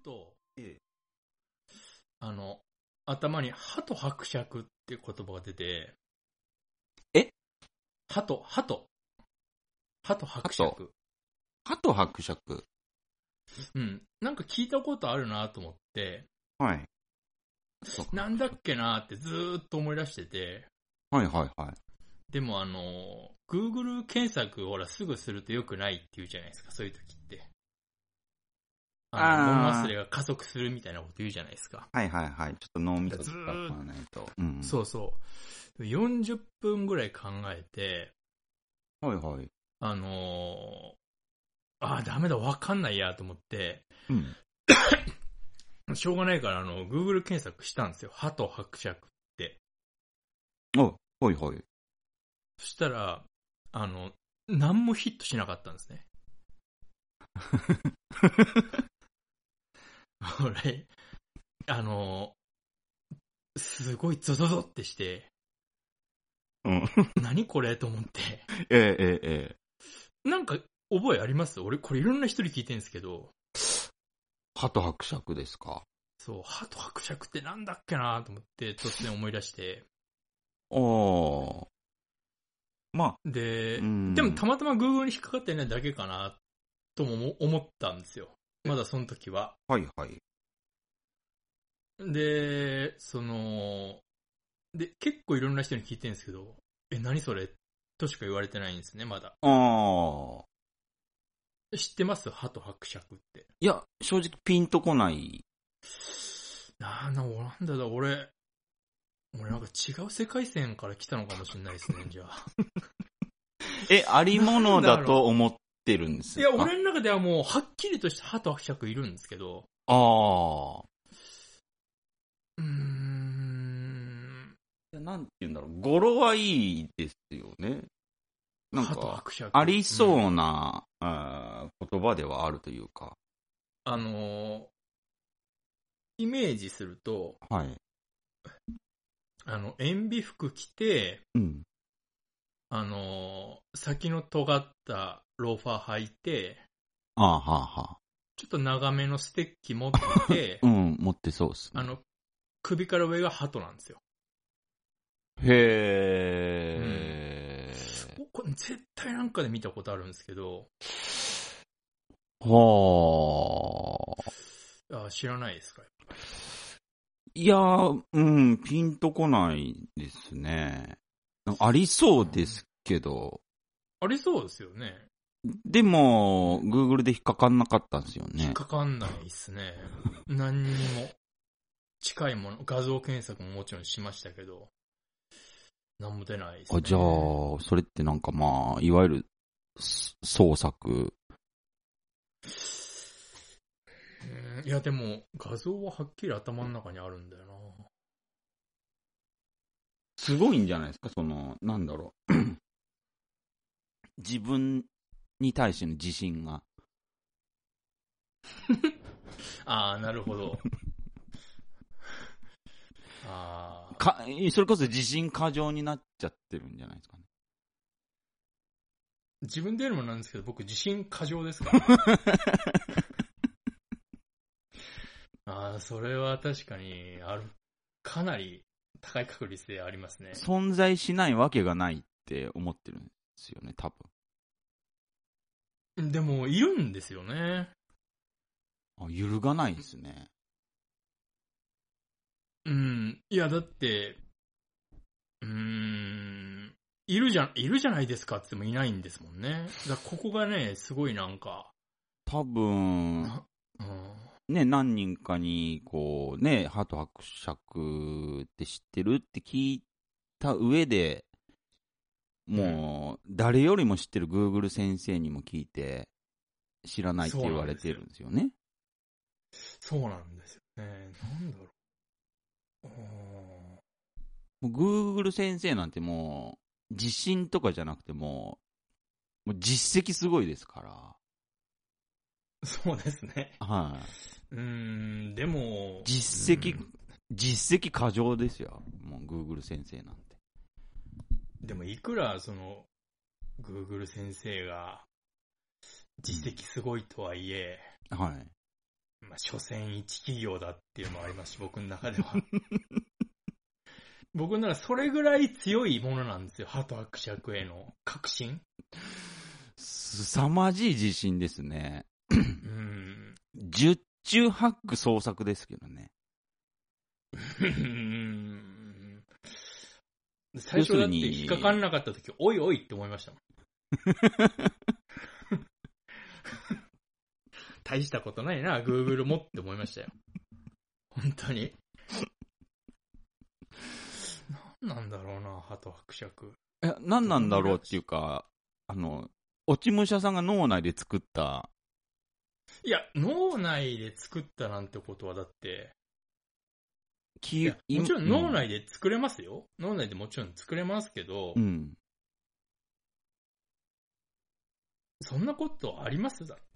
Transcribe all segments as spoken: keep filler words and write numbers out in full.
と、 ええ、 あの、頭に鳩伯爵って言葉が出て、 え鳩、鳩、鳩伯爵。 鳩伯爵。 うん。なんか聞いたことあるなと思って、 はい。 なんだっけなってずーっと思い出してて、 はいはいはい。 でもあの、Google 検索ほらすぐすると良くないって言うじゃないですか、そういう時って。あの、物忘れが加速するみたいなこと言うじゃないですか。 はいはいはい。ちょっと脳みそず使ーっわないと。うん。 と、そうそう。よんじゅっぷんぐらい考えて、 はいはい。 あのー、ああ、ダメだ、わかんないやと思って、 うん。 しょうがないからあの、Google 検索したんですよ。鳩伯爵って。 お、はいはい。 そしたら、あの、何もヒットしなかったんですね。俺、あの、すごいゾゾゾってして、 うん。 何これと思って。 ええええええ。 なんか、覚えあります？俺、これいろんな人に聞いてるんですけど、 鳩伯爵ですか。 そう、鳩伯爵ってなんだっけなと思って突然思い出して。 おー。まあ、うで、でもん。 たまたま Google に引っかかってないだけかな、とも思ったんですよ。まだその時は。 はいはい。 で、その、で、結構いろんな人に聞いてるんですけど、え、何それとしか言われてないんですね、まだ。 ああ。 知ってます？鳩伯爵って。 いや、正直ピンとこない。 なあ、な、なんだだ、俺、俺なんか違う世界線から来たのかもしれないですね、じゃあ。 え、ありものだと思ってるんですか？ いや、俺の中ではもう、はっきりとした鳩伯爵いるんですけど、 ああ。 うーん、 なんて言うんだろう。語呂はいいですよね。なん鳩か、 伯爵。 ありそううん、 な、あー言葉ではあるというか。 あのー、イメージすると、 はい。 あの、塩ビ服着て、 うん。 あのー、先の尖ったローファー履いて、 ああ、はあ、はあ。 ちょっと長めのステッキ持って、 うん、持ってそうっすね。 あの、首から上が鳩なんですよ。 へー。 うん。これ絶対なんかで見たことあるんですけど、 はあ。 あ、知らないですか？ いやー、うん、ピンとこないですね。ありそうですけど、 ありそうですよね。 でも、Google で引っかかんなかったんですよね。 引っかかんないっすね。何にも。近いもの、画像検索ももちろんしましたけど、なんも出ないですね。 あ、じゃあ、それってなんかまあ、いわゆる、す創作。 うん、いやでも、画像ははっきり頭の中にあるんだよな。 すごいんじゃないですか、その、なんだろう。自分に対しての自信が。 ああ、なるほど。ああ。 か、それこそ自信過剰になっちゃってるんじゃないですかね。 自分で言うのもなんですけど、僕自信過剰ですから。ああ、それは確かに、ある、かなり高い確率でありますね。 存在しないわけがないって思ってるんですよね、多でも、いるんですよね。 分。あ、揺るがないですね。 うん。いや、だって、うーん、いるじゃ、いるじゃないですかって言ってもいないんですもんね。だからここがね、すごいなんか、 多分、 な、うん、 ね、何人かに、こう、ね、ハト伯爵って知ってるって聞いた上で、もう、誰よりも知ってる Google 先生にも聞いて、知らないって言われてるんですよね。 そうなんですよね。なんだろう。 もう Google 先生なんてもう、自信とかじゃなくてもう、もう実績すごいですから。 そうですね。 はい、 うーん、でも、 実績、 うん、 実績過剰ですよ。もう Google 先生なんて。 でもいくらその、Google 先生が実績すごいとはいえ、 はい。 まあ、所詮一企業だっていうのもありますし、僕の中では。僕ならそれぐらい強いものなんですよ、ハト伯爵への確信。 凄まじい自信ですね。 うん。 十中八九創作ですけどね。 最初だって引っかかんなかった時、おいおいって思いましたもん。大したことないな、Google もって思いましたよ。本当に。何なんだろうな、ハト伯爵。 いや、何なんだろうっていうか、あの、落ち武者さんが脳内で作った。 いや、脳内で作ったなんてことはだって、いやもちろん脳内で作れますよ、うん。脳内でもちろん作れますけど、 うん、 そんなことありますだって。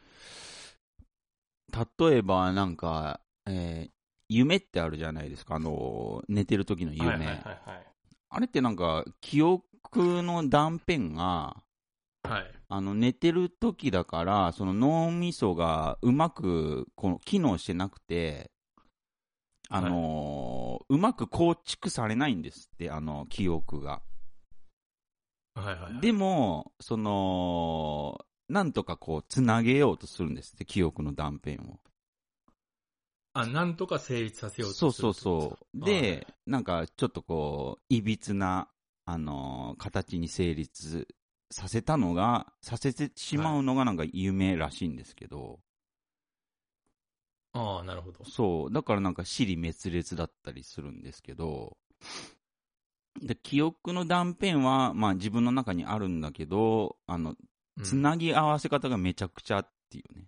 例えばなんか、えー、夢ってあるじゃないですか、あの寝てる時の夢、はいはいはいはい、あれってなんか記憶の断片が、はい、あの寝てる時だからその脳みそがうまくこの機能してなくて、あのーはい、うまく構築されないんですって、あの記憶が。はいはいはい、でもそのなんとかこうつなげようとするんですって、記憶の断片を。 あ、なんとか成立させようとする。 そうそうそう。で、はい、なんかちょっとこういびつな、あのー、形に成立させたのがさせてしまうのがなんか夢らしいんですけど。 はい、ああ、なるほど。 そうだからなんか支離滅裂だったりするんですけど。で記憶の断片は、まあ、自分の中にあるんだけど、あのつなぎ合わせ方がめちゃくちゃっていうね。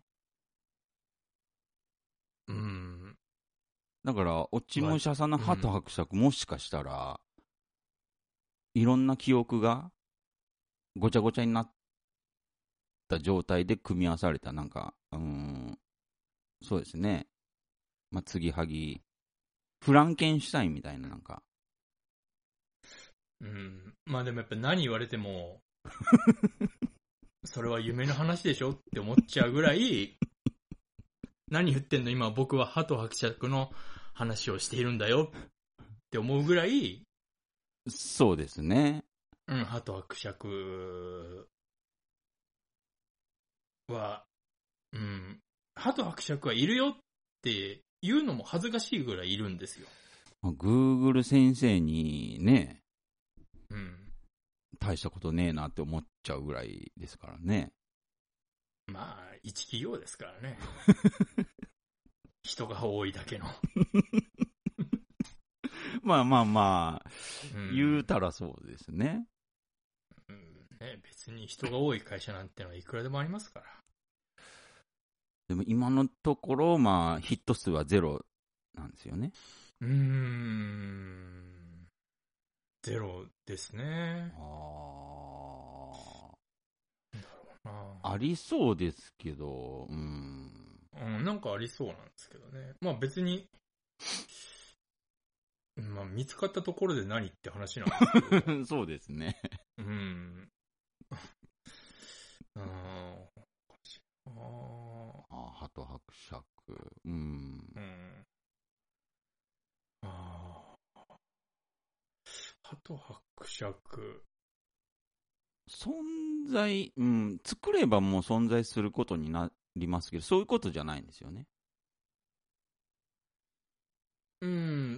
うん。 だから落ち武者さんのハト伯爵、もしかしたらいろんな記憶がごちゃごちゃになった状態で組み合わされた、なんか、うーん、そうですね。まあ、継ぎはぎ、フランケンシュタインみたいな、なんか。 うん。まあでもやっぱ何言われても、それは夢の話でしょって思っちゃうぐらい、何言ってんの今僕はハト伯爵の話をしているんだよって思うぐらい、 そうですね。 うん、ハト伯爵は、うん、ハト伯爵はいるよって言うのも恥ずかしいぐらいいるんですよ。 Google 先生にね、 うん、 大したことねえなって思っちゃうぐらいですからね。 まあ、一企業ですからね。人が多いだけの。 まあまあまあ、うん、言うたらそうですね。 うんね、別に人が多い会社なんてのはいくらでもありますから。 でも今のところ、まあ、ヒット数はゼロなんですよね。 うーん。ゼロですね。ああ。だろうな。ありそうですけど、うん。 うん、なんかありそうなんですけどね。まあ別に、まあ見つかったところで何って話なんですけど。 そうですね。 うん。ああ。 ああ、ハト伯爵。うん。うん。 ああ。ハト伯爵。 存在、うん、作ればもう存在することになりますけど、そういうことじゃないんですよね。 うん、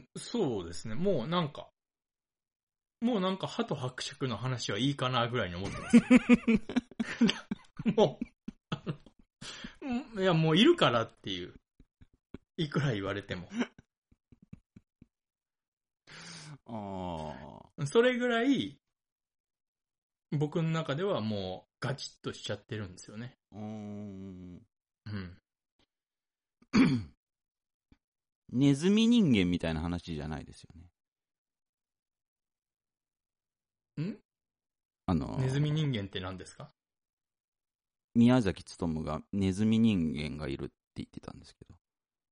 そうですね。もうなんか、もうなんか、ハト伯爵の話はいいかなぐらいに思ってます。もう、いや、もういるからっていう。いくら言われても。ああ。それぐらい、僕の中ではもうガチッとしちゃってるんですよね。うーん。 うん。ネズミ人間みたいな話じゃないですよね。んあのー、ネズミ人間って何ですか？ 宮崎勉がネズミ人間がいるって言ってたんですけど。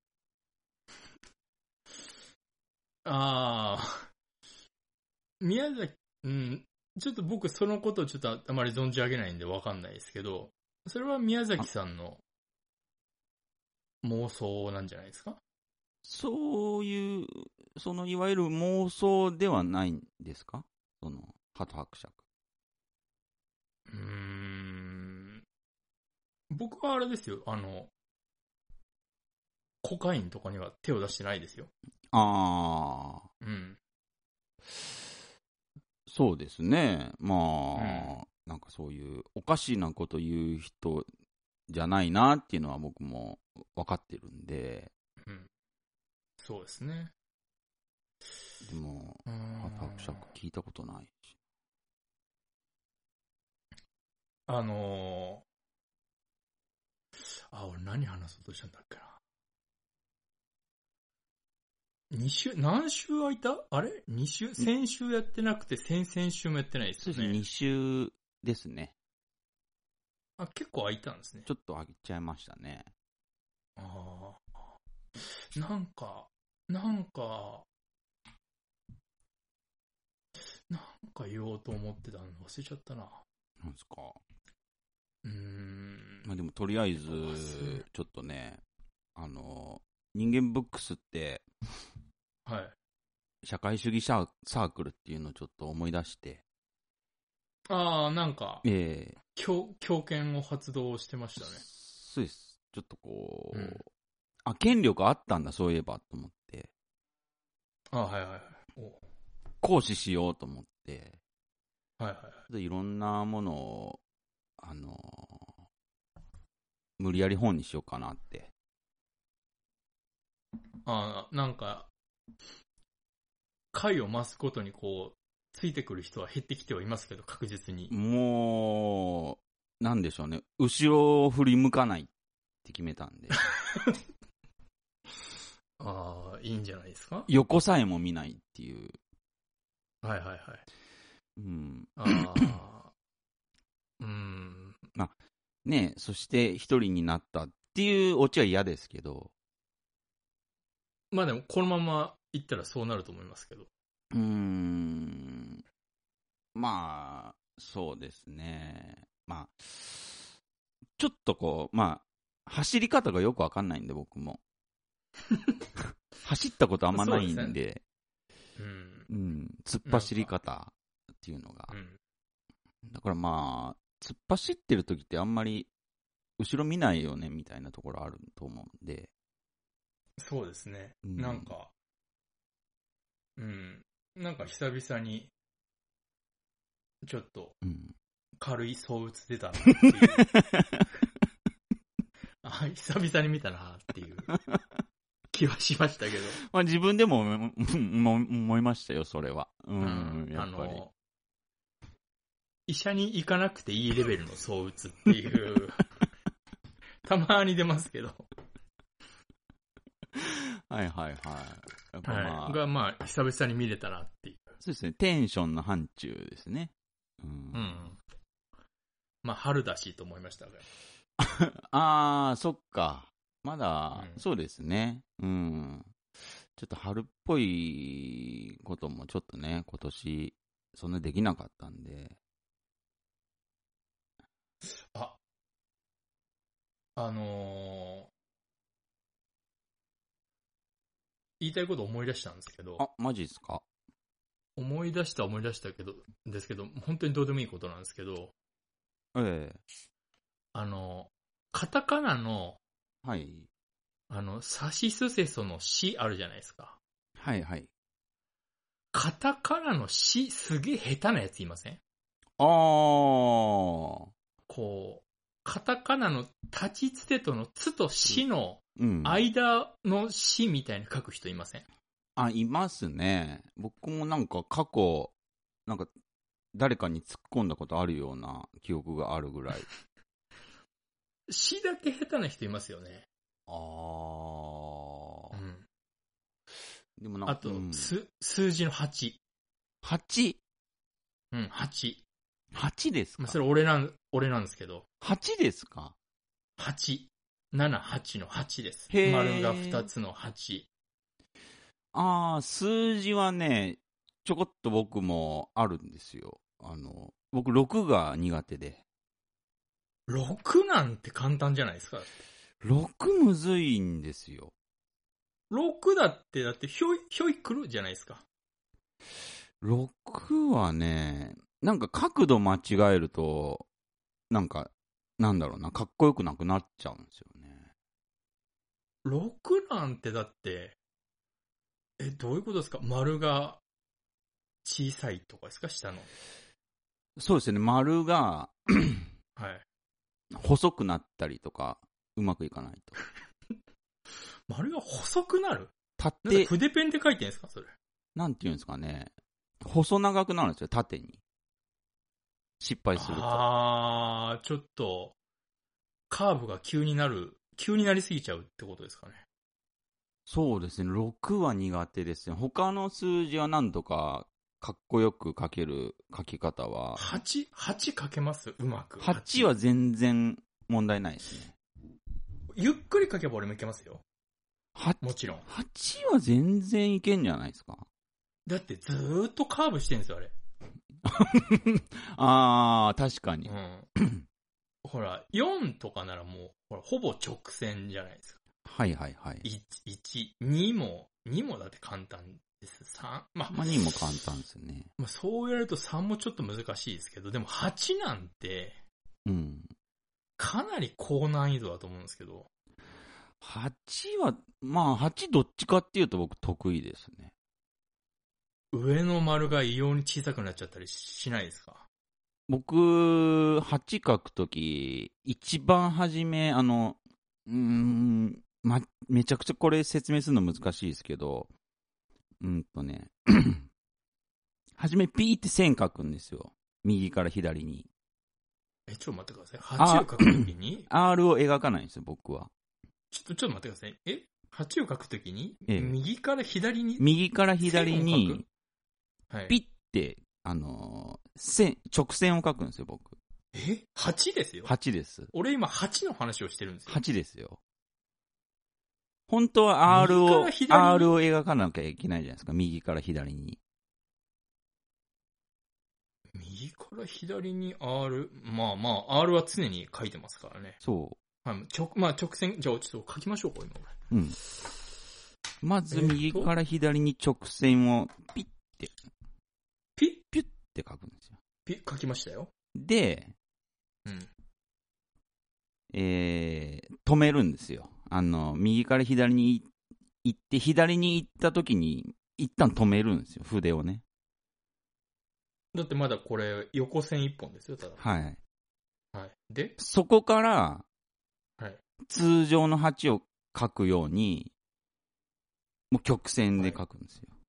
ああ。宮崎、うん。ちょっと僕そのことをちょっとあまり存じ上げないんでわかんないですけど、それは宮崎さんの妄想なんじゃないですか。 そういう、そのいわゆる妄想ではないんですか、その、鳩伯爵。 うーん。僕はあれですよ、あの、コカインとかには手を出してないですよ。 ああ。 うん。 そうですね。まあ、 うん、 なんかそういうおかしなこと言う人じゃないなっていうのは僕も分かってるんで。 うん。そうですね。 でも、 うーん。 ハト伯爵聞いたことないし。 あのー、あ、俺何話そうとしたんだっけな。二週、何週空いたあれ二週先週やってなくて、先々週もやってないですそうですね、 よね。 に週ですね。 あ、結構空いたんですね。 ちょっと上げちゃいましたね。 ああ。なんか、なんか、なんか言おうと思ってたの忘れちゃったな。 なんですか。 うーん。 まあでもとりあえず、ちょっとね、あの、人間ブックスって、 はい。 社会主義サークルっていうのをちょっと思い出して。 ああ、なんか、 ええー、 強、強権を発動してましたね。 そうです。ちょっとこう、 うん、 あ、権力あったんだ、そういえば、と思って。 あはいはいはい。 行使しようと思って。 はいはいはい。 でいろんなものを、あのー、無理やり本にしようかなって。 ああ、なんか、回を増すことにこう、ついてくる人は減ってきてはいますけど、確実に。 もう、なんでしょうね。後ろを振り向かないって決めたんで。 ああ、いいんじゃないですか。 横さえも見ないっていう。 はいはいはい。 うん。 ああ、うん。 まあ、ねそして一人になったっていうオチは嫌ですけど。 まあでも、このまま行ったらそうなると思いますけど。 うーん。まあ、そうですね。まあ、ちょっとこう、まあ、走り方がよくわかんないんで、僕も。走ったことあんまないんで、 ね、うん。 うん、突っ走り方っていうのが。 うん、 だからまあ、突っ走ってる時ってあんまり後ろ見ないよねみたいなところあると思うんで。 そうですね。 うん、 なんか、うん。なんか久々に、ちょっと、軽い躁鬱出たなっていう。あ、久々に見たなっていう気はしましたけど。 まあ自分でも思いましたよ、それは。うん、 うん、 やっぱり。 あの、医者に行かなくていいレベルの躁鬱っていう、たまに出ますけど。 はいはいはい。やっぱまあ、 はい、がまあ、久々に見れたなっていう。 そうですね、テンションの範疇ですね。うん。 うん、まあ、春だしと思いましたが。 あー、そっか。まだ、 うん、 そうですね。うん。ちょっと春っぽいこともちょっとね、今年、そんなできなかったんで。 あ、あのー、言いたいこと思い出したんですけど。 あ、マジですか？ 思い出した思い出したけど、ですけど、本当にどうでもいいことなんですけど。 ええ。 あの、カタカナの、 はい。 あの、サシスセソのシあるじゃないですか。 はいはい。 カタカナのシすげえ下手なやついません？ あー。 こう、カタカナの立ちつてとのつとしのうん。 間のしみたいに書く人いません？ あ、いますね。僕もなんか過去、なんか誰かに突っ込んだことあるような記憶があるぐらい。 しだけ下手な人いますよね。 あー。 うん。 でもなんか、 あと、 うん、 す、数字のはち。 はち。 うん、はち。 はちですか？ まあ、それ俺なん、俺なんですけど。 はちですか？ はち。なな、はちのはちです。 へー。 丸がふたつのはち。 あー、数字はね、ちょこっと僕もあるんですよ。あの、僕ろくが苦手で。 ろくなんて簡単じゃないですか。 ろくむずいんですよ。 ろくだって、だってひょい、ひょい来るじゃないですか。 ろくはね、なんか角度間違えると、なんか、なんだろうな、かっこよくなくなっちゃうんですよね。 ろくなんてだって、え、どういうことですか？丸が小さいとかですか？下の。 そうですね、丸がはい。 細くなったりとか、うまくいかないと。 丸が細くなる？なんか縦、 筆ペンで書いてんですかそれ。 なんていうんですかね、細長くなるんですよ、縦に。失敗すると。 あー、ちょっと、カーブが急になる、急になりすぎちゃうってことですかね。 そうですね、ろくは苦手ですね。他の数字はなんとか、かっこよく書ける書き方は。 はち、はち書けますうまく。 はちは全然問題ないですね。 ゆっくり書けば俺もいけますよ。 はもちろん。 はちは全然いけんじゃないですか。 だってずーっとカーブしてるんですよ、あれ。 あー、確かに。 うん。ほら、よんとかならもう、ほら、ほぼ直線じゃないですか。 はいはいはい。 いち、いち、にも、にもだって簡単です。さん、まあ、 まあ、にも簡単ですね。 まあ、そうやるとさんもちょっと難しいですけど、でもはちなんて、 うん。 かなり高難易度だと思うんですけど。 はちは、まあ、はちどっちかっていうと僕得意ですね。 上の丸が異様に小さくなっちゃったりしないですか？ 僕、はち書くとき、一番初め、あの、うーん、ま、めちゃくちゃこれ説明するの難しいですけど、うんとね、初めピーって線書くんですよ。右から左に。 え、ちょっと待ってください。はちを書くときに、 R を描かないんですよ、僕は。 ちょっと、ちょっと待ってください。え ?はち を書くときに、 ええ右から左に、 右から左に、 はい、 ピッて、あのー線、直線を書くんですよ、僕。 え ?はち ですよ。 はちです。 俺今はちの話をしてるんですよ。 はちですよ。本当は R を、 右から左に R を描かなきゃいけないじゃないですか、右から左に。 右から左に R、まあまあ、R は常に書いてますからね。 そはい、直、まあ直線、じゃあちょっと書きましょうか、今。 う。うん。まず右から左に直線をピッて、 ピッピュッて書くんですよ。 ピッ書きましたよ。 で、 うん。 えー、止めるんですよ。あの、右から左に行って、左に行った時に、一旦止めるんですよ、筆をね。 だってまだこれ、横線一本ですよ、ただ。 はい。 はい。で、 そこから、 はい。 通常のはちを書くように、もう曲線で書くんですよ。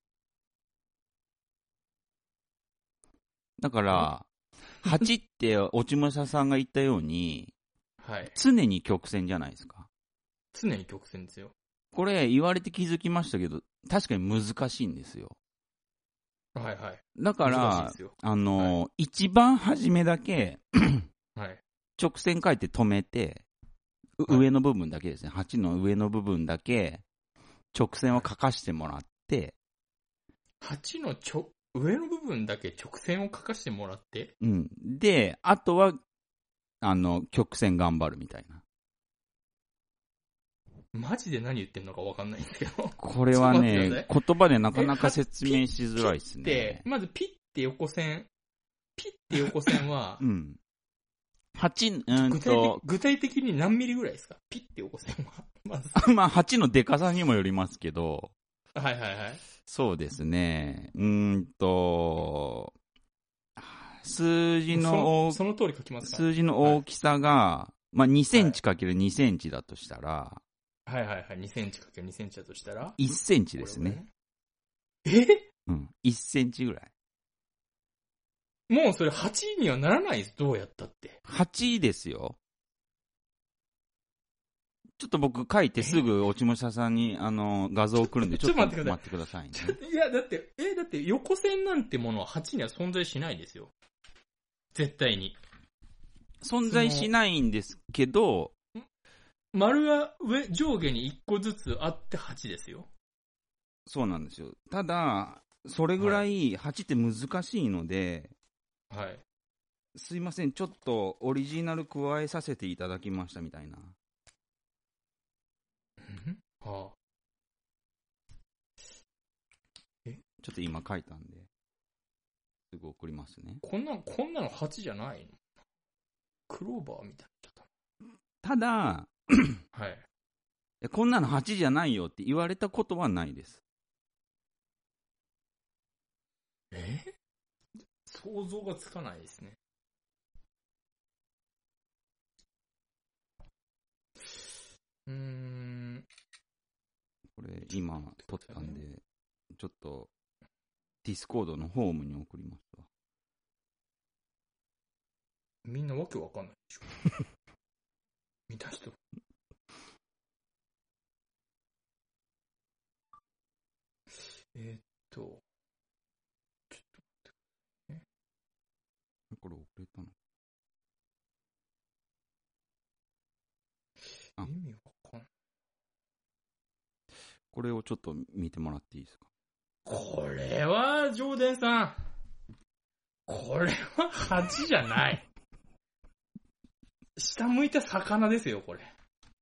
だから、はちって落ち武者さんが言ったように、 はい。 常に曲線じゃないですか。 常に曲線ですよ。 これ言われて気づきましたけど、確かに難しいんですよ。 はいはい。 だか難しいらですよ、 あのーは一番初めだけはい。 直線書いて止めて、うはい上の部分だけですね、はちの上の部分だけ直線を書かしてもらって、 はちのちょ、上の部分だけ直線を書かせてもらって、 うん、で、あとはあの曲線頑張るみたいな。 マジで何言ってんのか分かんないんですけど。 これはちょっと待ってくだね、 さい言葉でなかなか説明しづらいですでね、。 まずピッて横線、ピッて横線はう、ん。はち、う具体的んと、 具体的に何ミリぐらいですか？ピッて横線は。まず。 まあ、はちのデカさにもよりますけど、 はいはいはい。 そうですね。うーんと、数字そのの大その通り書きますか？ 数字の大きさが、まあ、にセンチかけるにセンチだとしたら、 はいはいはい。にセンチかけるにセンチだとしたらいっセンチですね。 これこれえうん。いっセンチぐらい。 もうそれはちにはならないです。どうやったって。 はちですよ。ちょっと僕書いてすぐ落ち武者さんにあの画像送るんで、ちょっと待ってくださいね。 いや、だって、え、だって横線なんてものははちには存在しないですよ。絶対に。 存在しないんですけど、 丸が上、上下にいっこずつあってはちですよ。 そうなんですよ。ただ、それぐらいはちって難しいので、 はい。 すいません、ちょっとオリジナル加えさせていただきましたみたいな。 はあ。えちょっと今書いたんで、すぐ送りますね。 こんな、こんなのはちじゃないの？クローバーみたいな。 ただ、 はい。 こんなのはちじゃないよって言われたことはないです。 え想像がつかないですね。うーん。 これ今撮ったんで、ちょっとディスコードのホームに送りますわ。 みんなわけわかんないでしょ。見た人。えー、っと、ちょっと待ってね。 これ送れたの？ 意味わかんない。 これをちょっと見てもらっていいですか？ これは、ジョーデンさん。これははちじゃない。下向いた魚ですよ、これ。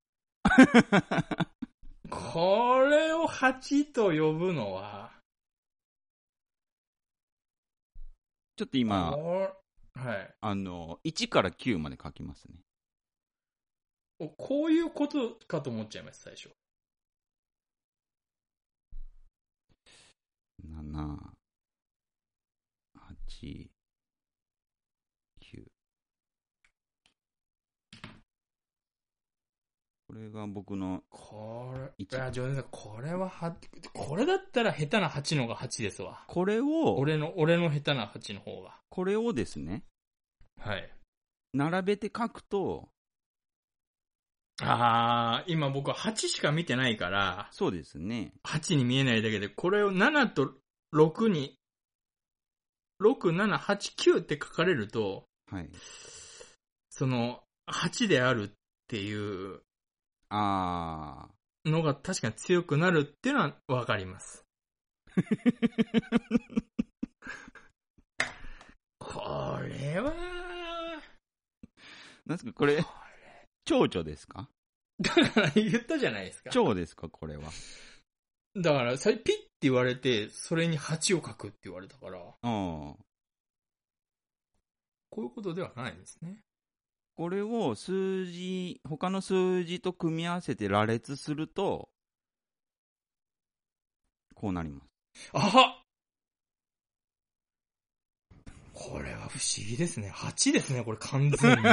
これをはちと呼ぶのは、 ちょっと今、 はい。 あの、いちからきゅうまで書きますね。 こういうことかと思っちゃいます、最初。 なな、はち、きゅう。これが僕の、 これ、いや、ジョーデンさん、これはは、これだったら下手なはちのがはちですわ。 これを、 俺の、俺の下手なはちの方が。 これをですね、 はい。 並べて書くと、 あー、今僕ははちしか見てないから、 そうですね。 はちに見えないだけで、これをななとろくに、ろく、なな、はち、きゅうって書かれると、 はい。 その、はちであるっていうあのが確かに強くなるっていうのはわかります。これは、 なんですか、これ、蝶々ですか？ だから言ったじゃないですか。 蝶ですか、これは。 だから、それピッって言われて、それにはちを書くって言われたから、 ああ。 こういうことではないんですね。 これを数字、他の数字と組み合わせて羅列すると、こうなります。 あはこれは不思議ですね。はちですね、これ完全に。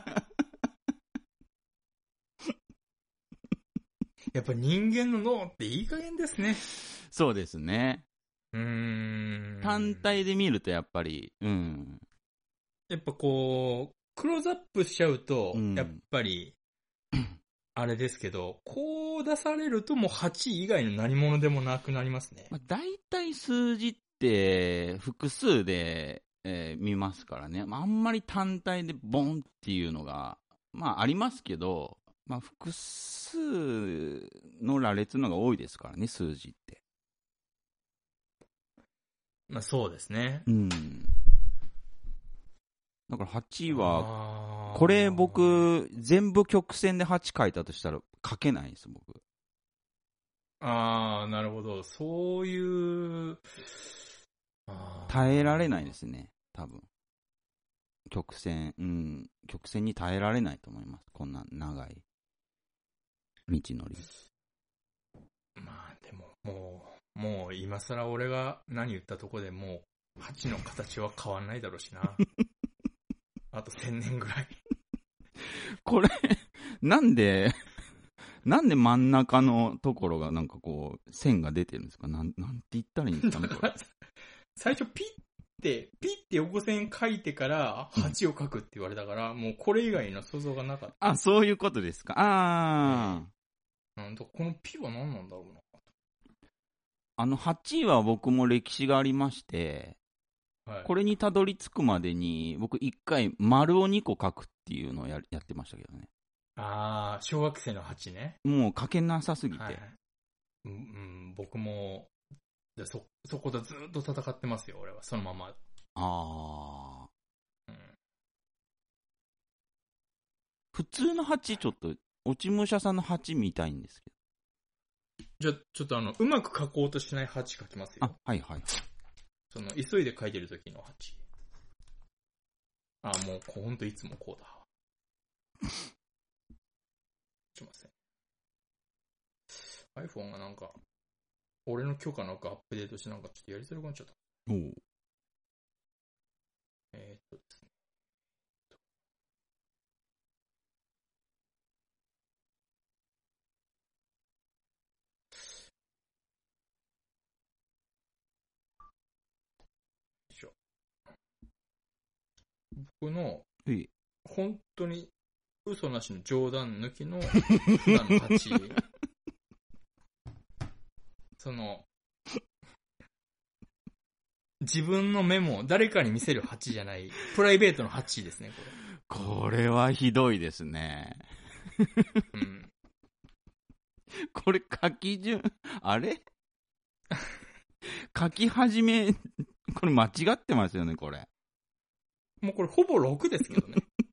やっぱ人間の脳っていい加減ですね。 そうですね。 うーん。 単体で見るとやっぱり、うん。 やっぱこう、クローズアップしちゃうと、 うんやっぱり、あれですけど、こう出されるともうはち以外の何者でもなくなりますね。 まあ、大体数字って複数で、えー見ますからね。まあ、あんまり単体でボンっていうのが、まあありますけど、まあ複数の羅列のが多いですからね、数字って。 まあそうですね。 うん。だからはちは、 あーこれ僕、全部曲線ではち書いたとしたら書けないです、僕。 あー、なるほど。そういう、あー耐えられないですね、多分。曲線、うん、曲線に耐えられないと思います。こんな長い道のり。 まあでも、もう、もう今更俺が何言ったとこでもう、はちの形は変わんないだろうしな。あとせんねんぐらい。 これ、なんで、なんで真ん中のところがなんかこう、線が出てるんですか？なん、なんて言ったらいいんですかね、これ。 最初ピッて、ピッて横線書いてからはちを書くって言われたから、もうこれ以外の想像がなかった。 あ、そういうことですか。あー。 うん、このピは何なんだろうな。 あのはちは僕も歴史がありまして、 はい。 これにたどり着くまでに、僕一回丸をにこ書くっていうのをややってましたけどね。 あー、小学生のはちね。 もう書けなさすぎて。 はいはい。うん、うん、僕も、でそ、そことずっと戦ってますよ、俺は。そのまま。 あー。 うん、 普通のはちちょっと、落ち武者さんのはち見たいんですけじゃあ、ちょっとあの、うまく書こうとしないはち書きますよ。 あ、はいはい。 その、急いで書いてる時のはち。あ、もう、ほんといつもこうだ。すいません。iPhone がなんか、俺の許可なくアップデートしてなんかちょっとやりづらくなっちゃった。 おう。 えー、っとですね。よいしょ。僕の、 はい。 本当に嘘なしの冗談抜きの普段のはち。その、自分のメモを誰かに見せるはちじゃない、プライベートのはちですね、これ。これはひどいですね。 うん。 これ書き順、あれ書き始め、これ間違ってますよね、これ。 もうこれほぼろくですけどね。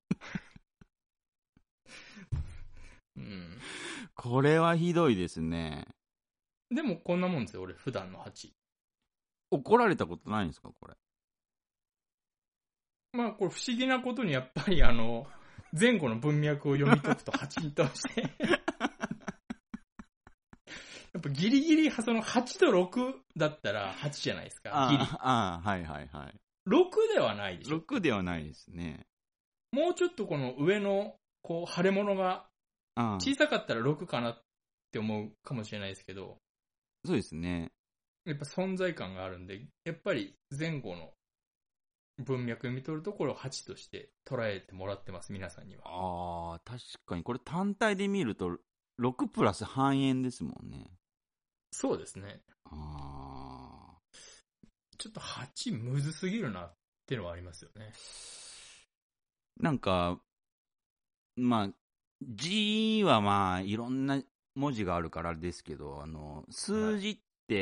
うん。 これはひどいですね。 でもこんなもんですよ、俺普段のはち。 怒られたことないんですか、これ。 まあこれ不思議なことにやっぱりあの、前後の文脈を読み解くとはちに倒してやっぱギリギリ、そのはちとろくだったらはちじゃないですか、ギリ。 ああ、はいはいはい。 ろくではないでしょ。 ろくではないですね。 もうちょっとこの上の、こう、腫れ物が小さかったらろくかなって思うかもしれないですけど、 そうですね。 やっぱ存在感があるんで、やっぱり前後の文脈見とるところをはちとして捉えてもらってます、皆さんには。 ああ、確かに。これ単体で見ると、ろくプラス半円ですもんね。 そうですね。 ああ。 ちょっとはちむずすぎるなってのはありますよね。 なんか、まあ、字はまあ、いろんな文字があるからあれですけど、あの、数字って、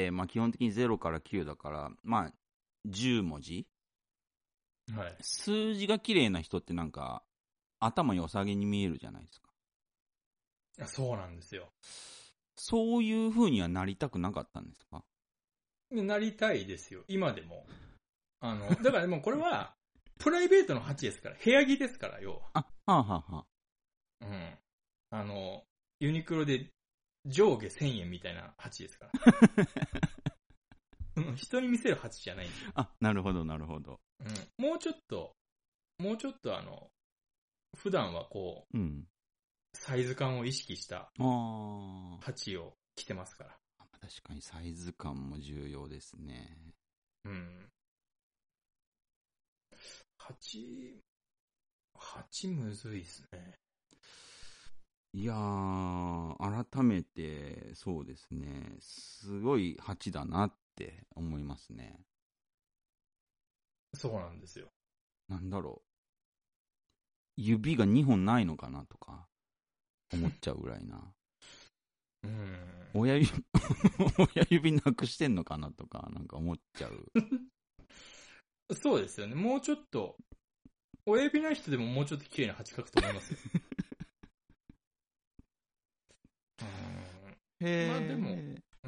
まあ基本的にゼロからきゅうだから、まあ、じゅう文字。 はい。 数字が綺麗な人ってなんか、頭良さげに見えるじゃないですか。 いや、そうなんですよ。 そういう風にはなりたくなかったんですか？ なりたいですよ、今でも。あの、だからでもこれは、プライベートのはちですから、部屋着ですから、要は。 あ、はあはあはうん。あの、ユニクロで上下せんえんみたいなはちですから。うん、人に見せるはちじゃないんですよ。 あ。あ、なるほどなるほど。 うん。もうちょっと、もうちょっとあの、普段はこう、 うん。 サイズ感を意識したああ。 はちを着てますから。 確かにサイズ感も重要ですね。 うん。はち、はちむずいっすね。 いやー、改めて、そうですね。すごいはちだなって思いますね。 そうなんですよ。 なんだろう。指がにほんないのかなとか、思っちゃうぐらいな。 うん。 親指、親指なくしてんのかなとか、なんか思っちゃう。 そうですよね。もうちょっと、親指ない人でももうちょっと綺麗なはち書くと思いますよ。うん。 へー。 まあでも、うん。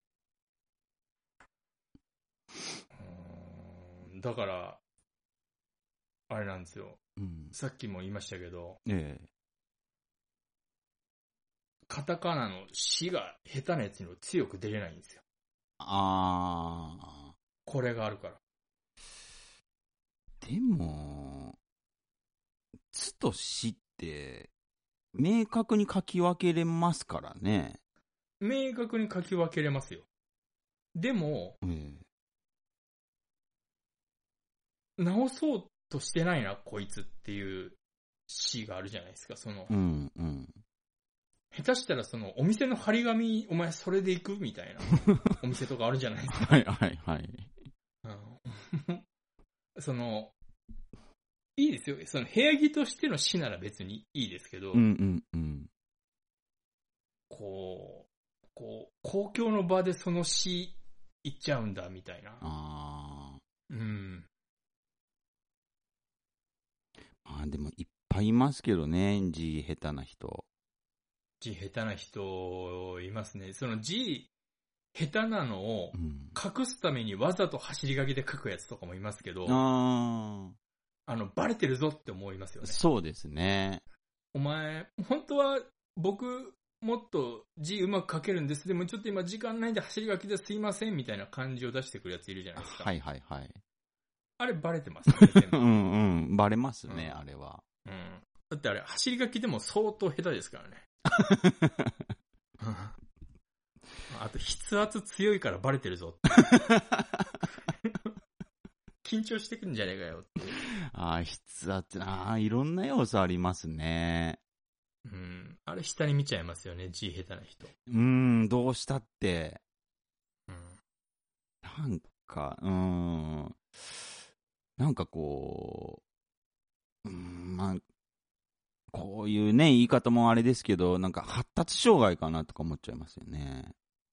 うんだから、あれなんですよ。 うん。 さっきも言いましたけど、 ええ。 カタカナの死が下手なやつにも強く出れないんですよ。 あこれがあるから。 ー。でも、つとしって、明確に書き分けれますからね。 明確に書き分けれますよ。でも、 え直そうとしてないな、こいつっていう死があるじゃないですか。その、 え。うんうん。 下手したらその、お店の張り紙、お前それで行くみたいな、お店とかあるじゃないですか。 はいはいはい。 うん、その、いいですよ。その部屋着としての死なら別にいいですけど、 うんうんうん。 こう、こう、公共の場でその死行っちゃうんだみたいな。 ああ。 うん。 まあでもいっぱいいますけどね、字下手な人。 字下手な人いますね。その字下手なのを隠すためにわざと走り書きで書くやつとかもいますけど、 うん、ああの、バレてるぞって思いますよね。 そうですね。 お前、本当は僕、もっと字うまく書けるんです。でもちょっと今時間ないんで走り書きですいませんみたいな感じを出してくるやついるじゃないですか。 はいはいはい。 あれバレてますよね。全部うんうん。バレますね、 うん、 あれは。 うん。だってあれ、走り書きでも相当下手ですからね。あと、筆圧強いからバレてるぞって。緊張してくんじゃねえかよって。 ああ、筆圧、ああ、いろんな要素ありますね。 うん。あれ、下に見ちゃいますよね、字下手な人。 うーん、どうしたって。 うん。 なんか、うーん。なんかこう、うーん、まあ、こういうね、言い方もあれですけど、なんか発達障害かなとか思っちゃいますよね。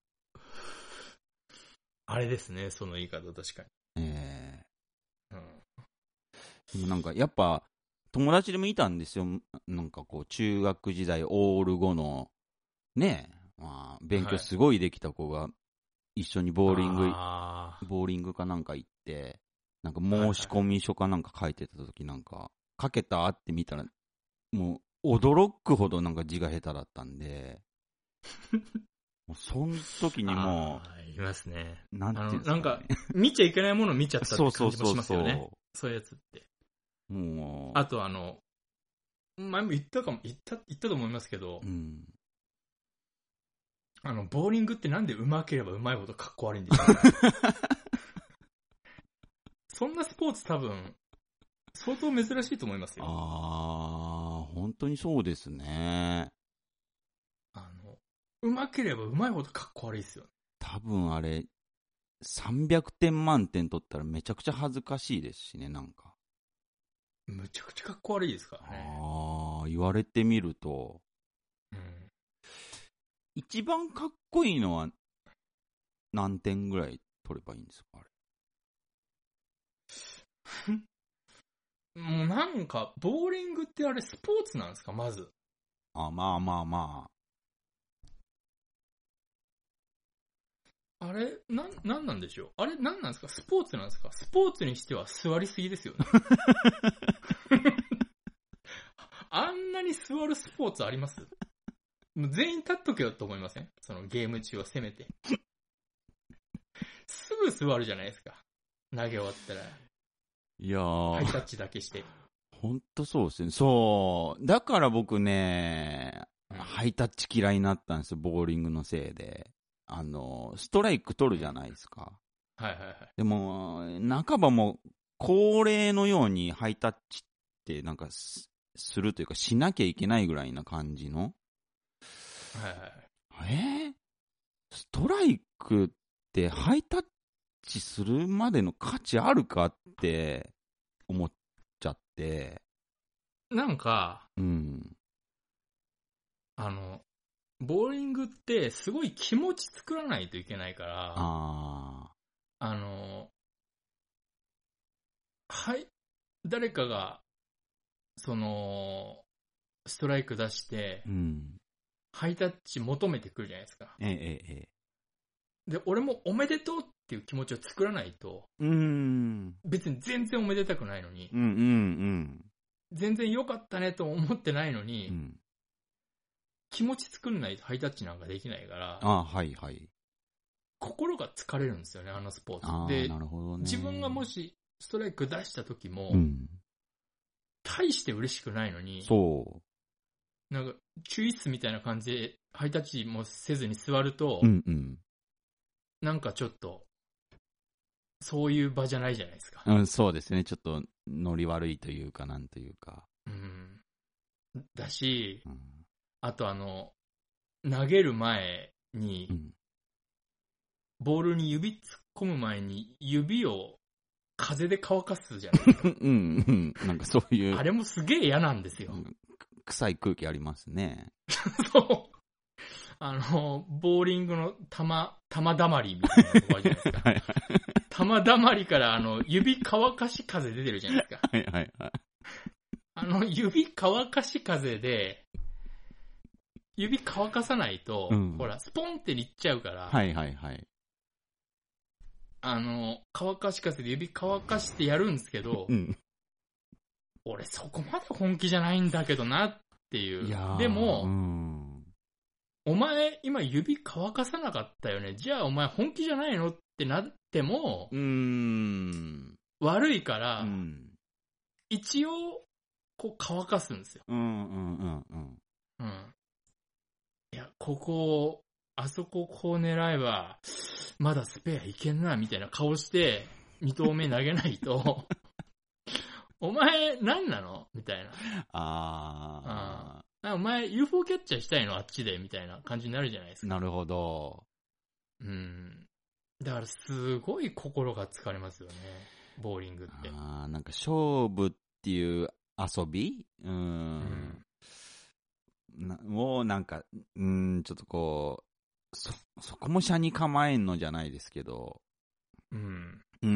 あれですね、その言い方確かに。 ええうん。 でもなんか、やっぱ、友達でもいたんですよ。なんかこう、中学時代、オール後の、ね、まあ、勉強すごいできた子が、一緒にボーリング、 あーボーリングかなんか行って、なんか申し込み書かなんか書いてた時なんか、書けたって見たら、もう、驚くほどなんか字が下手だったんで、もうその時にもあーいますね。 う、なんていうんですか、ね、 あの、なんか、見ちゃいけないものを見ちゃったって感じもしますよね。 そうそうそうそうそういうやつって。 もう、 あとあの、前も言ったかも、言った、言ったと思いますけど、 うん、 あの、ボーリングってなんで上手ければ上手いほどかっこ悪いんでしょうね。そんなスポーツ多分、相当珍しいと思いますよ。 あー、本当にそうですね。 あの、上手ければ上手いほどかっこ悪いですよね。 多分あれ、さんびゃくてん満点取ったらめちゃくちゃ恥ずかしいですしね、なんか。 むちゃくちゃかっこ悪いですからね。 あー、言われてみると、 うん、 一番かっこいいのは何点ぐらい取ればいいんですか、あれ。 もうなんか、ボーリングってあれスポーツなんですか、まず。 あ、まあまあまあれ、なん、なんなんでしょうあれ、なんなんですかスポーツなんですかスポーツにしては座りすぎですよね。あんなに座るスポーツありますもう全員立っとけよと思いませんそのゲーム中はせめて。すぐ座るじゃないですか。投げ終わったら。 いやハイー、 タッチだけして。 ほんとそうですね。そう。だから僕ね、 うんハイタッチ嫌いになったんですよ、ボーリングのせいで。あの、ストライク取るじゃないですか。 はいはいはい。 でも、半ばもう、恒例のようにハイタッチってなんかす、するというか、しなきゃいけないぐらいな感じの。 はいはいはい。 えー、ストライクってハイタッチするまでの価値あるかって思っちゃって。 なんか、 うん。 あの、ボーリングってすごい気持ち作らないといけないから、 ああの、はい、誰かが、その、ストライク出してー。う、ん。 ハイタッチ求めてくるじゃないですか。 ええええ。 で、俺もおめでとうっていう気持ちを作らないと、 うーん。 別に全然おめでたくないのに、 うんうん全然良かったねと思ってないのうん。 に、 うん。 気持ち作んないとハイタッチなんかできないから、 ああ、はいはい。 心が疲れるんですよね、あのスポーツ。 ああ、 でな、るほどね。 自分がもしストライク出した時も、 うん。 大して嬉しくないのに、 そなんか、注意室みたいな感じで、ハイタッチもせずに座ると、 う。うんうん。 なんかちょっと、そういう場じゃないじゃないですか。 うん、そうですね。ちょっと、ノリ悪いというか、なんというか。 うん。だし、 うん。 あとあの、投げる前に、 うん、 ボールに指突っ込む前に、指を風で乾かすじゃないですか。 うん、うん。なんかそういう。 あれもすげえ嫌なんですよ。 臭い空気ありますね。 そう。あの、ボーリングの玉、玉だまりみたいなとこあるじゃないですか。 はいはい。 玉だまりからあの、指乾かし風出てるじゃないですか。 はいはいはい。 あの、指乾かし風で、 指乾かさないと、 うん、 ほら、スポンっていっちゃうから、 はいはいはい。 あの、乾かしかせて指乾かしてやるんですけど、 うん、 俺そこまで本気じゃないんだけどなっていう。 いやでも、 うん、 お前今指乾かさなかったよね。じゃあお前本気じゃないのってなっても、 うーん、 悪いから、 うん、 一応、こう乾かすんですよ。 うんうんうんうん。 うん。いや、ここ、あそここう狙えば、まだスペアいけんな、みたいな顔して、に投目投げないと、お前、何なのみたいな。 あああ。お前、ユーフォー キャッチャーしたいのあっちで、みたいな感じになるじゃないですか。 なるほど。 うん。だから、すごい心が疲れますよね。ボーリングって。 ああ、なんか勝負っていう遊びうーん。なを、なんか、うーん、ちょっとこう、そ、そこも車に構えんのじゃないですけど。 うん。 うん、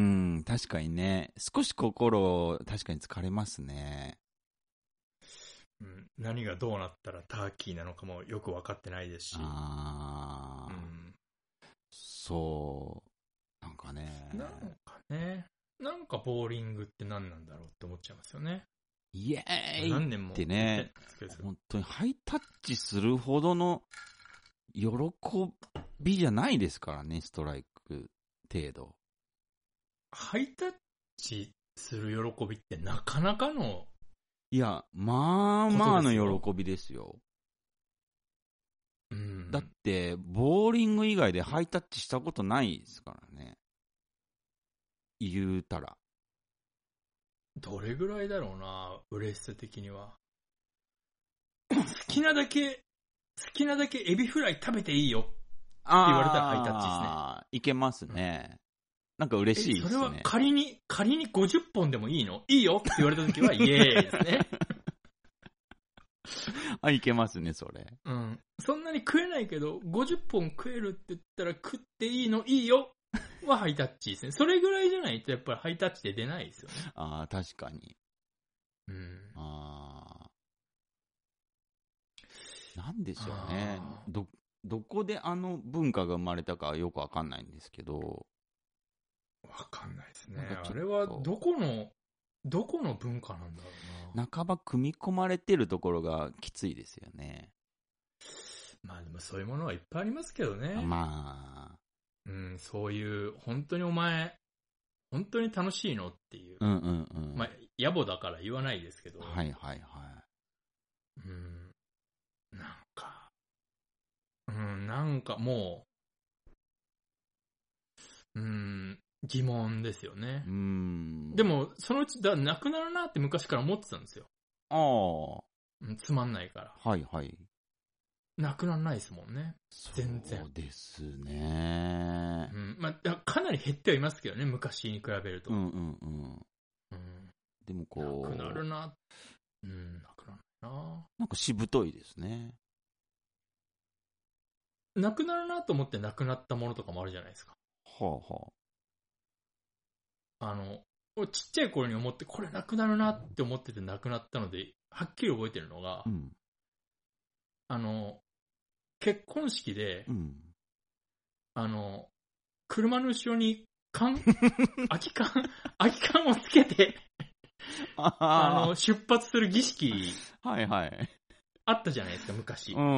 確かにね。少し心、確かに疲れますね。 うん、何がどうなったらターキーなのかもよく分かってないですし。 ああ、うん、そう。なんかね。 なんかね。なんかボーリングって何なんだろうって思っちゃいますよね。 イエーイ何年もってね、本当にハイタッチするほどの喜びじゃないですからね、ストライク程度。 ハイタッチする喜びってなかなかの。 いや、まあまあの喜びですよ。 うん。 だって、ボーリング以外でハイタッチしたことないですからね。言うたら。 どれぐらいだろうな、嬉しさ的には。好きなだけ、好きなだけエビフライ食べていいよって言われたらハイタッチですね。 ああ、いけますね。なんか嬉しいですね。 それは仮に、仮にごじゅっぽんでもいいのいいよって言われたときはイエーイですね。 あ、いけますね、それ。 うん。そんなに食えないけど、ごじゅっぽん食えるって言ったら食っていいのいいよはハイタッチですね。それぐらいじゃないとやっぱりハイタッチで出ないですよね。 ああ、確かに。 うん。 ああ。なんでしょうね。ど、どこであの文化が生まれたかよくわかんないんですけど。 わかんないですね。あれはどこの、どこの文化なんだろうな。半ば組み込まれてるところがきついですよね。 まあでもそういうものはいっぱいありますけどね。 まあ。 うん、そういう、本当にお前、本当に楽しいのっていう。 うんうんうん。 まあ、野暮だから言わないですけど。 はいはいはい。 うん。なんか、うん、なんかもう、うん、疑問ですよね。 うん。 でも、そのうちだ、なくなるなって昔から思ってたんですよ。 ああ。 うん、つまんないから。 はいはい。 なくならないですもんね。全然。 そうですね。 うん。まあ、かなり減ってはいますけどね、昔に比べると。 うんうんうん。 うん。 でもこう。 なくなるな。うん、なくなるな。 なんかしぶといですね。 なくなるなと思ってなくなったものとかもあるじゃないですか。 はあはあ。あの、ちっちゃい頃に思って、これなくなるなって思っててなくなったので、はっきり覚えてるのが、 うん、 あの、結婚式で、 うん、 あの、車の後ろに缶、空き缶、空き缶をつけてあの、出発する儀式。 はいはい。 あったじゃないですか、昔。 うん、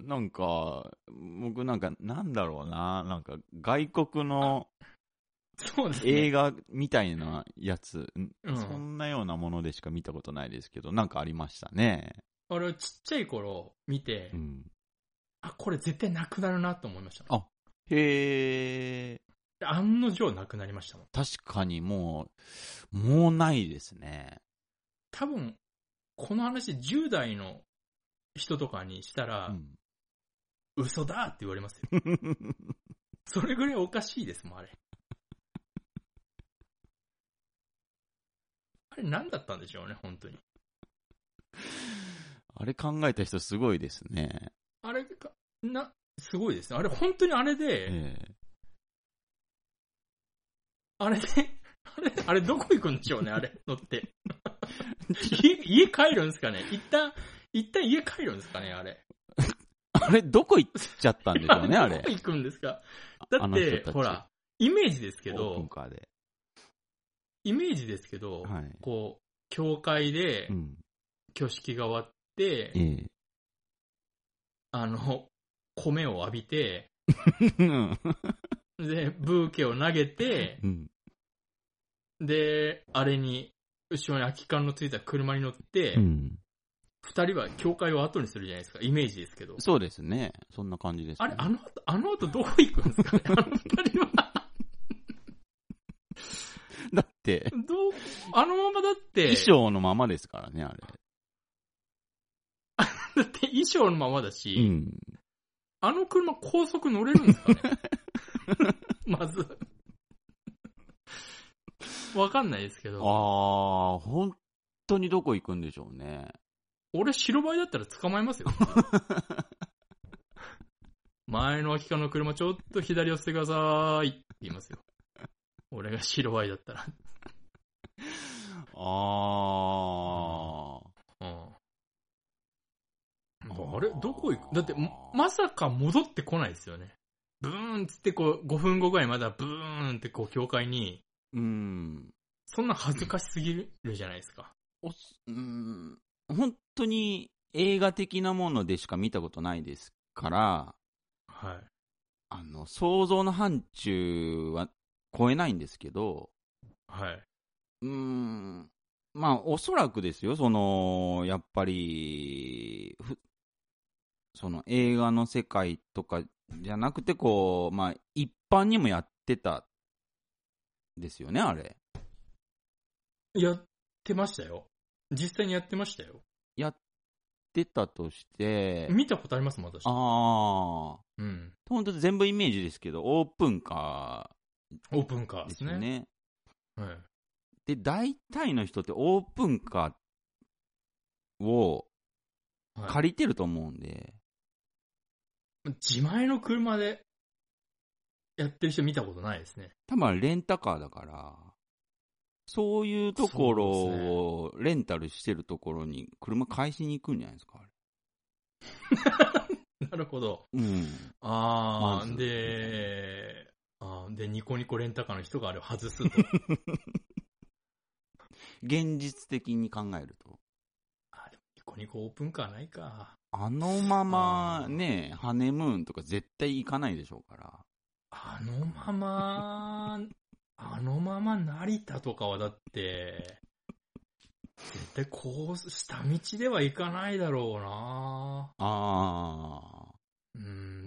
なんか、僕なんか、なんだろうな、なんか、外国の、 そうですね。 映画みたいなやつ、 うん、 そんなようなものでしか見たことないですけど、なんかありましたね。 俺はちっちゃい頃見て、 うん、 あ、これ絶対なくなるなと思いました。 あ、へー。 案の定なくなりましたもん。 確かにもう、もうないですね。 多分、この話じゅう代の人とかにしたら、うん、嘘だって言われますよ。それぐらいおかしいですもん、あれ。あれ何だったんでしょうね、本当に。 あれ考えた人すごいですね。 あれか、な、すごいですね。あれ本当にあれで、ええ、あれで、あれ、あれどこ行くんでしょうね、あれ乗って。家、家帰るんですかね一旦、一旦家帰るんですかね、あれ。 あれ、どこ行っちゃったんでしょうね、あれ。 どこ行くんですか。だあっての人たちほら、イメージですけオープンど、 カーで。 イメージですけど、 はい。 こう、教会でう、ん。 挙式が終わって、 ええ。 あの、米を浴びて、 うん。 で、ブーケを投げて、 うん。 で、あれに、後ろに空き缶のついた車に乗って、 うん。 二人は教会を後にするじゃないですか。イメージですけど。 そうですね。そんな感じです、ね。 あれ、あの後、あの後どこ行くんですかね、あの二人は。 だって、 どう、あのままだって、 衣装のままですからね、あれ。 だって衣装のままだし、 うん。 あの車高速乗れるんですかねまず。わかんないですけど。 あー、本当にどこ行くんでしょうね。 俺白バイだったら捕まえますよ。前の空き缶の車ちょっと左寄せてくださいって言いますよ。俺が白バイだったら。 あー。 うんあれどこ行くだってま、まさか戻ってこないですよね。ブーンつってこう、ごふんごぐらいまだブーンってこう、教会に、 うん。 そんな恥ずかしすぎるじゃないですか。 おすうん。本当に映画的なものでしか見たことないですから、 はい。 あの、想像の範疇は超えないんですけど、 はい。 うーん。まあ、おそらくですよ、その、やっぱり、ふその映画の世界とかじゃなくて、こう、まあ、一般にもやってた、ですよね、あれ。 やってましたよ。実際にやってましたよ。 やってたとして、 見たことありますもん、私。 ああ、 うん。 本当に全部イメージですけど、オープンカオープンカーーでね。 ですすよね。 はい。 で、大体の人ってオープンカーをはい、 借りてると思うんで、 自前の車でやってる人見たことないですね。 多分レンタカーだから、そういうところをレンタルしてるところに車返しに行くんじゃないですか、あれ。 なるほど。 うん。 あー、 まずで、あーで、ニコニコレンタカーの人があれを外すと。 現実的に考えると。 あ、でもニコニコオープンカーないか。 あのままね、ハネムーンとか絶対行かないでしょうから。 あのまま、あのまま成田とかはだって、絶対こう、下道では行かないだろうな。 ああ。 うん、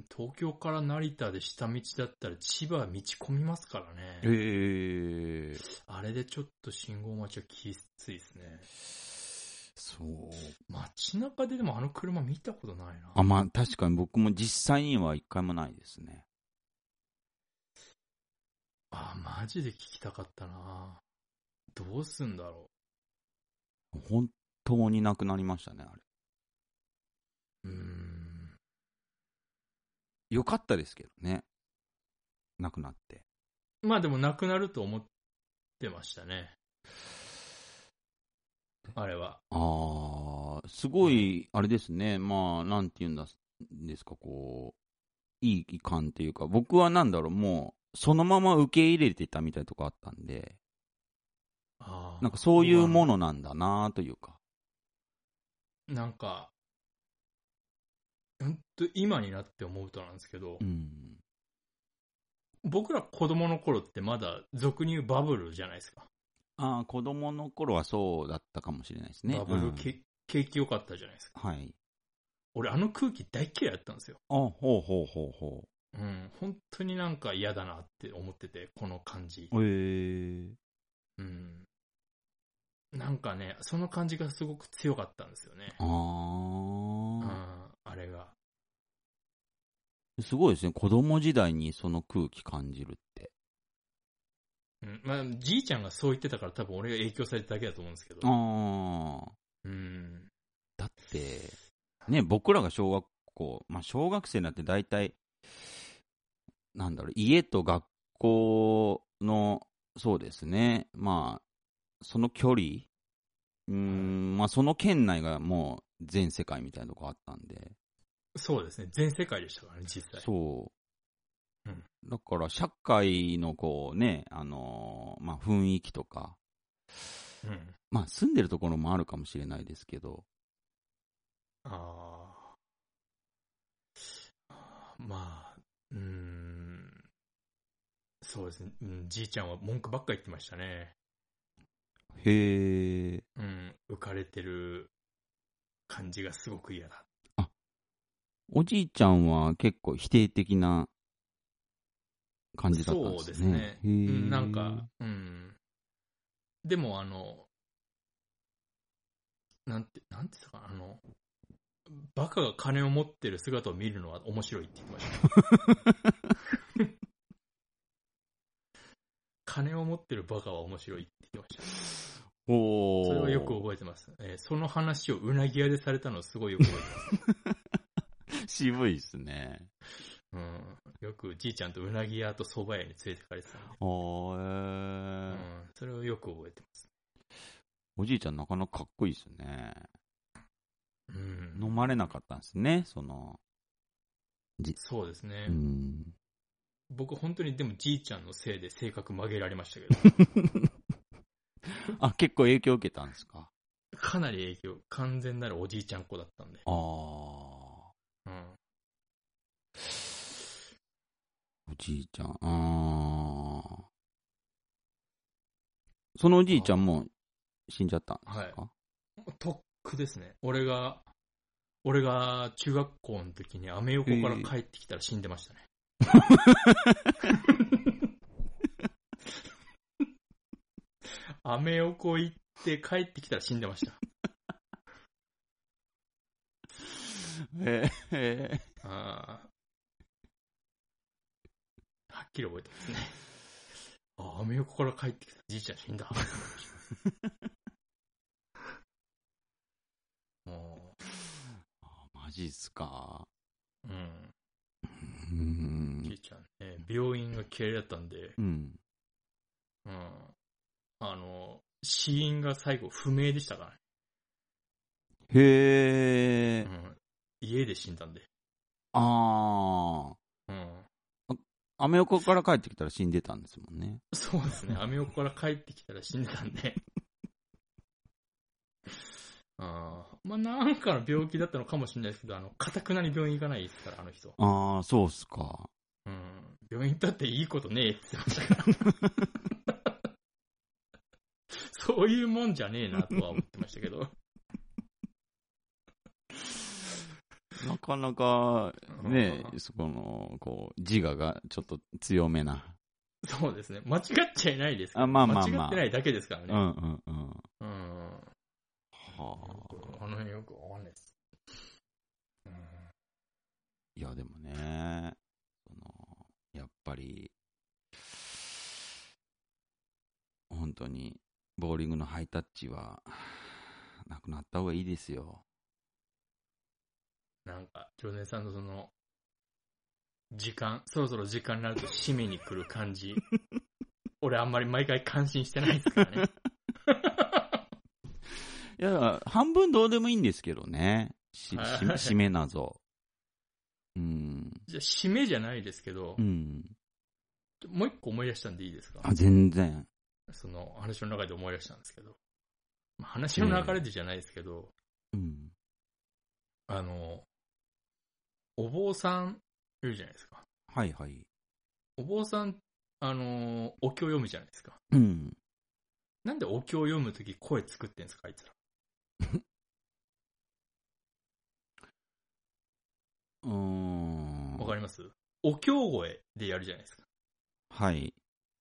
東京から成田で下道だったら千葉道込みますからね。 ええー。 あれでちょっと信号待ちはきついですね。 そう。 街中ででもあの車見たことないな。 あ、まあ確かに僕も実際には一回もないですね。 あ、マジで聞きたかったな。どうすんだろ本当になくなりましたね、あれ。 う。うーん。 よかったですけどね。なくなって。 まあでもなくなると思ってましたね。あれは。 ああ、すごい、あれですね。まあ、なんて言うんだですか、こう、いい感っていうか、僕はなんだろう、もう、そのまま受け入れてたみたいなとこあったんで、 あなんかそういうもの。 のなんだなというか。 なんか、ほんと今になって思うとなんですけど、 うん。 僕ら子供の頃ってまだ俗に言うバブルじゃないですか。 ああ、子供の頃はそうだったかもしれないですね。 バブル、 うん、 け景気良かったじゃないですか。 はい。 俺あの空気大嫌いだったんですよ。 あ、ほうほうほうほうん、本当になんか嫌だなって思ってて、この感じ。 う。へえ。 うん。なんかね、その感じがすごく強かったんですよね。 あうん、 あ。 あれが。 すごいですね。子供時代にその空気感じるって。 うん、まあ、じいちゃんがそう言ってたから多分俺が影響されただけだと思うんですけど。 ああ。 うん。 だって、ね、僕らが小学校、まあ小学生になって大体、なんだろう、家と学校の、そうですね、まあ、その距離、うーん、まあその県内がもう全世界みたいなとこあったんで、 そうですね。全世界でしたからね、実際。 そう。 うん。 だから、社会のこうね、あのーまあ、雰囲気とか、 うん。 まあ、住んでるところもあるかもしれないですけど、 ああ。まあ、うーん。そうですね。うん、じいちゃんは文句ばっか言ってましたね。 へえ。 うん。浮かれてる感じがすごく嫌だ。 あ、おじいちゃんは結構否定的な感じだったんでそうすね。 ですね。 へうん、なんえ。 か、うん。でも、あの、なんて、なんて言ったかな、あの、バカが金を持ってる姿を見るのは面白いって言ってましたね。金を持ってるバカは面白いって言ってましたね。 おー。 それはよく覚えてます。えーその話をうなぎ屋でされたのをすごいよく覚えてます。 渋いですね。 うん。よくじいちゃんとうなぎ屋と蕎麦屋に連れてかれてたんで。 おー、えうー。 ん。それをよく覚えてます。 おじいちゃんなかなかかっこいいですね。 うん。 飲まれなかったんですね、その、じ、 そうですね。 うん。 僕本当にでもじいちゃんのせいで性格曲げられましたけど。 あ、結構影響を受けたんですか？ かなり影響、完全なるおじいちゃん子だったんで。 あー。 うん。 おじいちゃん、あー。そのおじいちゃんも死んじゃったんですか？ はい。とっくですね。俺が、俺が中学校の時にアメ横から帰ってきたら死んでましたね。アメ横行って帰ってきたら死んでました。 へえ。 あーはっきり覚えてますね。あ、アメ横から帰ってきたじいちゃん死んだ。もマジっすか。 う、うん。 うーん。 じいちゃんね、病院が嫌いだったんで、 うん。 うん。あの、死因が最後不明でしたからね。 へえ。 うん。家で死んだんで。 あうん。 ー。アメ横から帰ってきたら死んでたんですもんね。 そうですね。アメ横から帰ってきたら死んでたんで。ああ。まあ、なんかの病気だったのかもしれないですけど、あの、かたくなに病院行かないですから、あの人。 あー、そうっすか。 うん。病院行ったっていいことねえって言ってましたから。そういうもんじゃねえなとは思ってましたけど。 なかなか、ね、そこの、こう、自我がちょっと強めな。 そうですね。間違っちゃいないですけど、 あ、まあまあまあ。 間違ってないだけですからね。 うんうんうん。 うん。 はあの辺よくわかんないです。うん、 いや、でもね、その、やっぱり、本当に、ボーリングのハイタッチは、なくなった方がいいですよ。 なんか、常連さんのその、時間、そろそろ時間になると締めに来る感じ。俺あんまり毎回感心してないですからね。 いや、半分どうでもいいんですけどね。し、し、締めなぞ。うん。 じゃあ、締めじゃないですけど、 うん。 もう一個思い出したんでいいですか？ あ、全然。 その話の中で思い出したんですけど、まあ、話の流れでじゃないですけど、 えー、うん。 あの、お坊さんいるじゃないですか。 はいはい。 お坊さん、あの、お経読むじゃないですか。 うん。 なんでお経読むとき声作ってんですか、あいつら。 うーん。 わかります？お経声でやるじゃないですか。 はい。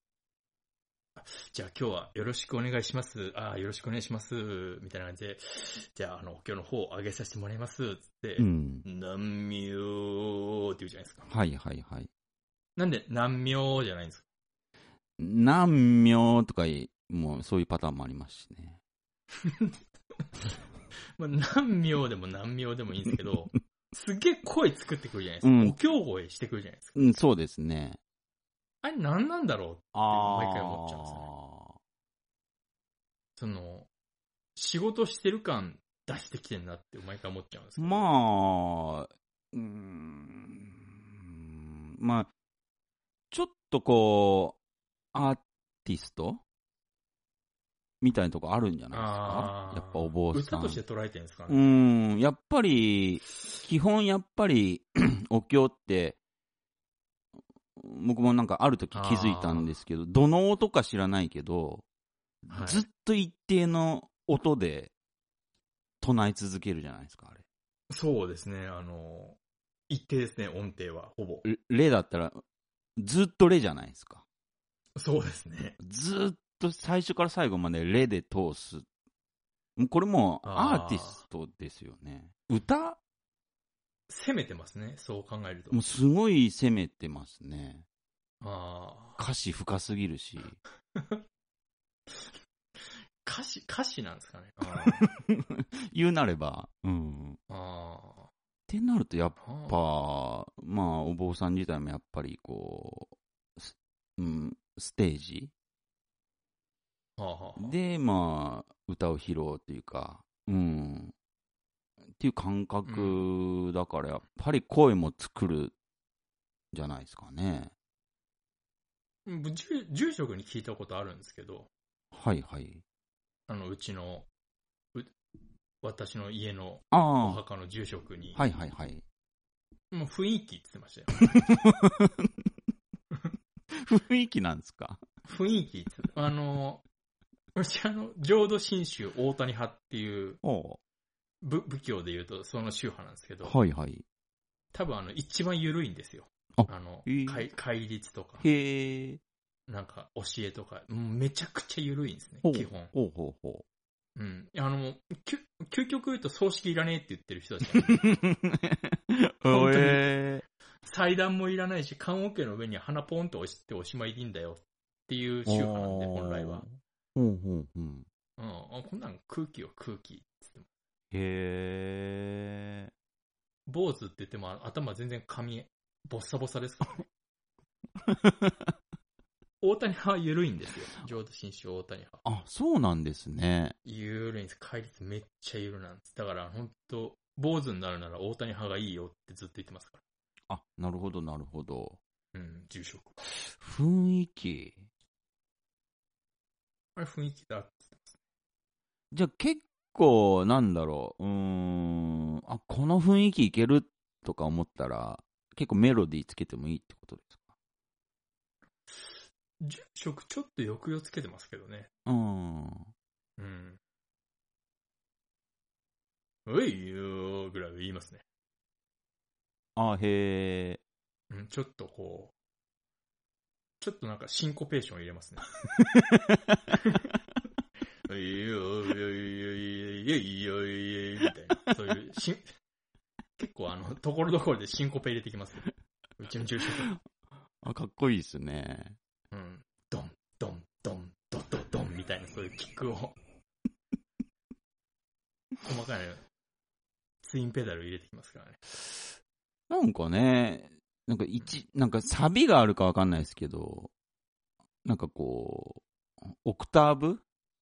じゃあ今日はよろしくお願いします。ああ、よろしくお願いします。みたいな感じで、じゃあ、あの、お経の方を上げさせてもらいます。つって、 うん。 南無って言うじゃないですか。 はいはいはい。 なんで南無じゃないんですか？ 南明とかい、もうそういうパターンもありますしね。 まあ、南無でも南無でもいいんですけど、すっげえ声作ってくるじゃないですか。 うん、 お経声してくるじゃないですか。 うん、そうですね。 あれ何なんだろうって毎回思っちゃうんですよね。 あその、仕事してる感出してきてんなって毎回思っちゃうんですけど。 まあ、 うーん、まあ、ちょっとこう、アーティストみたいなとこあるんじゃないですか、やっぱお坊さん。 歌として捉えてるんですかね。 うーん、やっぱり、基本やっぱり、お経って、僕もなんかある時気づいたんですけど、どの音か知らないけど、はい、ずっと一定の音で唱え続けるじゃないですか、あれ。 そうですね、あの、一定ですね、音程は、ほぼ。 レだったら、ずっとレじゃないですか。 そうですね。 ずっと最初から最後までレで通す。これもアーティストですよね。歌攻めてますね、そう考えると。 もうすごい攻めてますね。 あ歌詞深すぎるし。 歌詞、歌詞なんですかね。 言うなれば。うん。 あってなると、やっぱ、まあ、お坊さん自体もやっぱりこう、うん、ステージで、まあ、歌を披露っていうか、うん。っていう感覚だから、やっぱり声も作るんじゃないですかね。 住住職に聞いたことあるんですけど。 はいはい。 あの、うちの、私の家のお墓の住職に。 はいはいはい。 もう雰囲気って言ってましたよ。 雰囲気なんですか？ 雰囲気って言って、あの、私あの、浄土真宗大谷派っていう仏教で言うとその宗派なんですけど、 はいはい。 多分あの、一番緩いんですよ。あ, あの、戒律とか、 へなんか教えとか、めちゃくちゃ緩いんですね、基本。 ほうほうほう。うん。あの、究極言うと葬式いらねえって言ってる人たち本当に。祭壇もいらないし、棺桶の上に花ポンと押しておしまいでいいんだよっていう宗派なんで、本来は。 ほうほうほう。うん。 あ、こんなん空気よ、空気って言っても。 へー。 坊主って言っても頭全然髪、ボッサボサですからね。大谷派は緩いんですよ。浄土真宗大谷派。 あ、そうなんですね。 緩いんです。戒律めっちゃ緩なんです。だから本当坊主になるなら大谷派がいいよってずっと言ってますから。 あ、なるほどなるほど。 うん、住職。 雰囲気。 あれ雰囲気だって言ってます。 じゃあ結構なんだろう。うーん。あ、この雰囲気いけるとか思ったら、結構メロディーつけてもいいってことですか？ 住職ちょっと抑揚つけてますけどね。 うん。 うん。おいよーぐらい言いますね。 あ、へー。うん、ちょっとこう、ちょっとなんかシンコペーション入れますね。おいよー、おいよいよいよいよみたいな。そういうし、結構あの、ところどころでシンコペ入れてきますね。うちの住職。 あ、かっこいいですね。 うん。ドン、ドン、ドン、ドドドンみたいなそういうキックを。細かいツインペダル入れてきますからね。 なんかね、なんか一、なんかサビがあるかわかんないですけど、なんかこう、オクターブ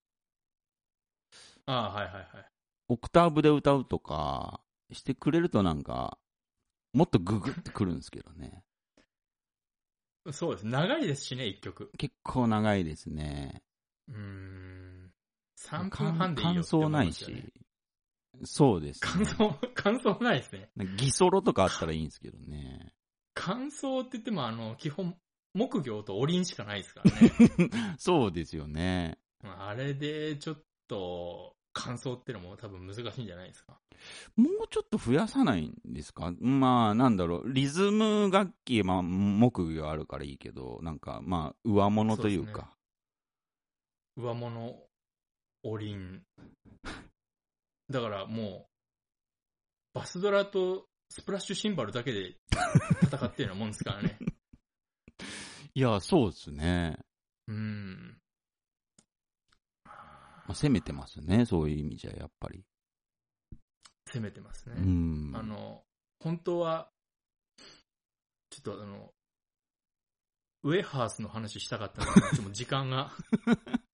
ああ、はいはいはい。 オクターブで歌うとかしてくれるとなんか、もっとググってくるんですけどね。 そうです。長いですしね、一曲。 結構長いですね。 うーん。さんぷんはんでいいよって思思いますよね。 感想ないし。そうですね。 感想、感想ないですね。 ギソロとかあったらいいんですけどね。 感想って言っても、あの、基本、木魚とおりんしかないですからね。 そうですよね。 あれで、ちょっと、感想ってのも多分難しいんじゃないですか。 もうちょっと増やさないんですか？まあ、なんだろう。リズム楽器、まあ、木魚あるからいいけど、なんか、まあ、上物というか。 うね、上物、おりん。だからもう、バスドラとスプラッシュシンバルだけで戦ってるようなもんですからね。 いや、そうですね。 うーん。 まあ、攻めてますね、そういう意味じゃ、やっぱり。 攻めてますね。 うん。 あの、本当は、ちょっとあの、ウェハースの話したかったんですけど、でも時間が